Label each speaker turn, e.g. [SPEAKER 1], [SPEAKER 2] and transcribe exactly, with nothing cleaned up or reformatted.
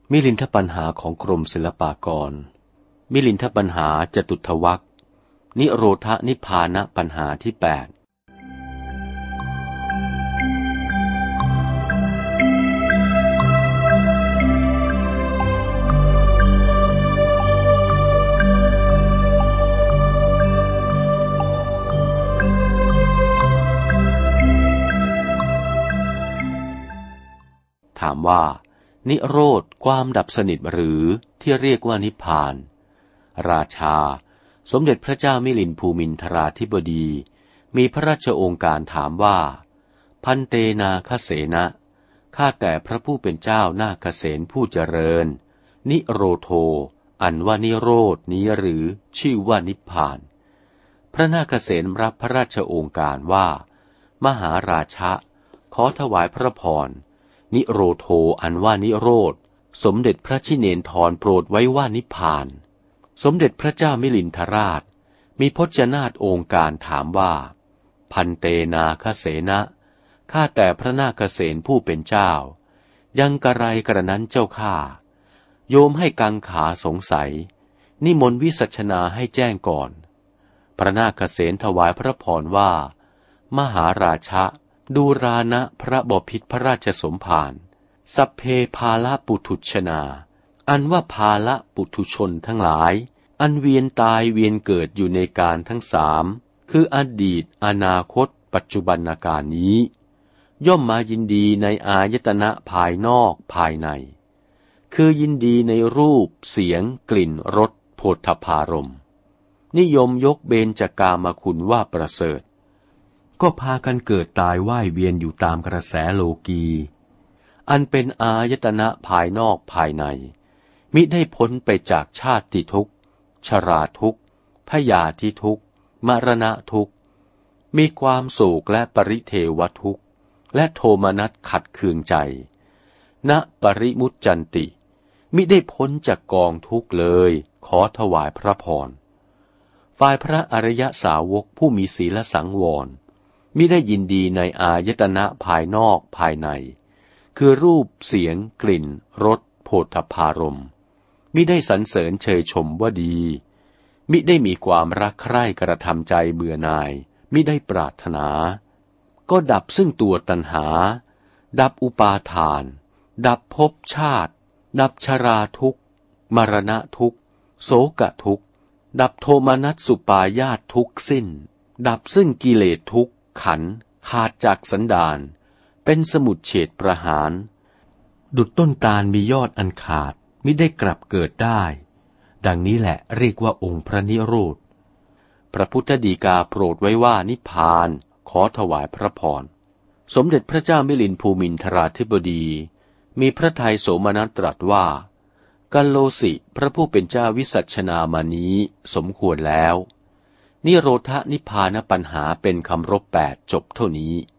[SPEAKER 1] มิลินทปัญหาของกรมศิลปากรมิลินทปัญหาจตุทวรรคนิโรธนิพพานปัญหาที่แปดถามว่านิโรธความดับสนิทหรือที่เรียกว่านิพพานราชาสมเด็จพระเจ้ามิลินภูมินทราธิบดีมีพระราชโองการถามว่าพันเตนาคเสนะข้าแต่พระผู้เป็นเจ้านาคเสนผู้เจริญนิโรโธอันว่านิโรธนี้หรือชื่อว่านิพพานพระนาคเสนรับพระราชโองการว่ามหาราชะขอถวายพระพรนิโรโธอันว่านิโรธสมเด็จพระชิเนนทรโปรดไว้ว่านิพพานสมเด็จพระเจ้ามิลินทราชมีพจนาถองค์การถามว่าพันเตนาคเสนะข้าแต่พระนาคเสนผู้เป็นเจ้ายังกระไรกระนั้นเจ้าข้าโยมให้กังขาสงสัยนิมนต์วิสัชนาให้แจ้งก่อนพระนาคเสนถวายพระพรว่ามหาราชะดูรานะพระบพิตรพระราชสมภารสัพเพภาละปุถุชนาอันว่าภาละปุถุชนทั้งหลายอันเวียนตายเวียนเกิดอยู่ในการทั้งสามคืออดีตอนาคตปัจจุบันการนี้ย่อมมายินดีในอายตนะภายนอกภายในคือยินดีในรูปเสียงกลิ่นรสโผฏฐัพพารมณ์นิยมยกเบญจกามคุณว่าประเสริฐก็พากันเกิดตายว่ายเวียนอยู่ตามกระแสโลกีอันเป็นอายตนะภายนอกภายในมิได้พ้นไปจากชาติทุกข์ชราทุกข์พยาธิทุกข์มรณะทุกข์มีความโศกและปริเทวทุกข์และโทมนัสขัดเคืองใจณปริมุจจันติมิได้พ้นจากกองทุกข์เลยขอถวายพระพรฝ่ายพระอริยสาวกผู้มีศีลสังวรมิได้ยินดีในอายตนะภายนอกภายในคือรูปเสียงกลิ่นรสโผฏฐัพพารมณ์มิได้สรรเสริญเชยชมว่าดีมิได้มีความรักใคร่กระทำใจเบื่อหน่ายมิได้ปรารถนาก็ดับซึ่งตัวตัณหาดับอุปาทานดับภพชาติดับชราทุกข์มรณะทุกข์โศกทุกข์ดับโทมนัสสุปายาสทุกสิ้นดับซึ่งกิเลสทุกข์ขันธ์ขาดจากสันดานเป็นสมุจเฉทประหารดุจต้นตาลมียอดอันขาดมิได้กลับเกิดได้ดังนี้แหละเรียกว่าองค์พระนิโรธพระพุทธฎีกาโปรดไว้ว่านิพพานขอถวายพระพรสมเด็จพระเจ้ามิลินภูมินทราธิบดีมีพระทัยโสมนัสตรัสว่ากัลโลสิพระผู้เป็นเจ้าวิสัชนามานี้สมควรแล้วนิโรธนิพพานปัญหาเป็นคำรบแปดจบเท่านี้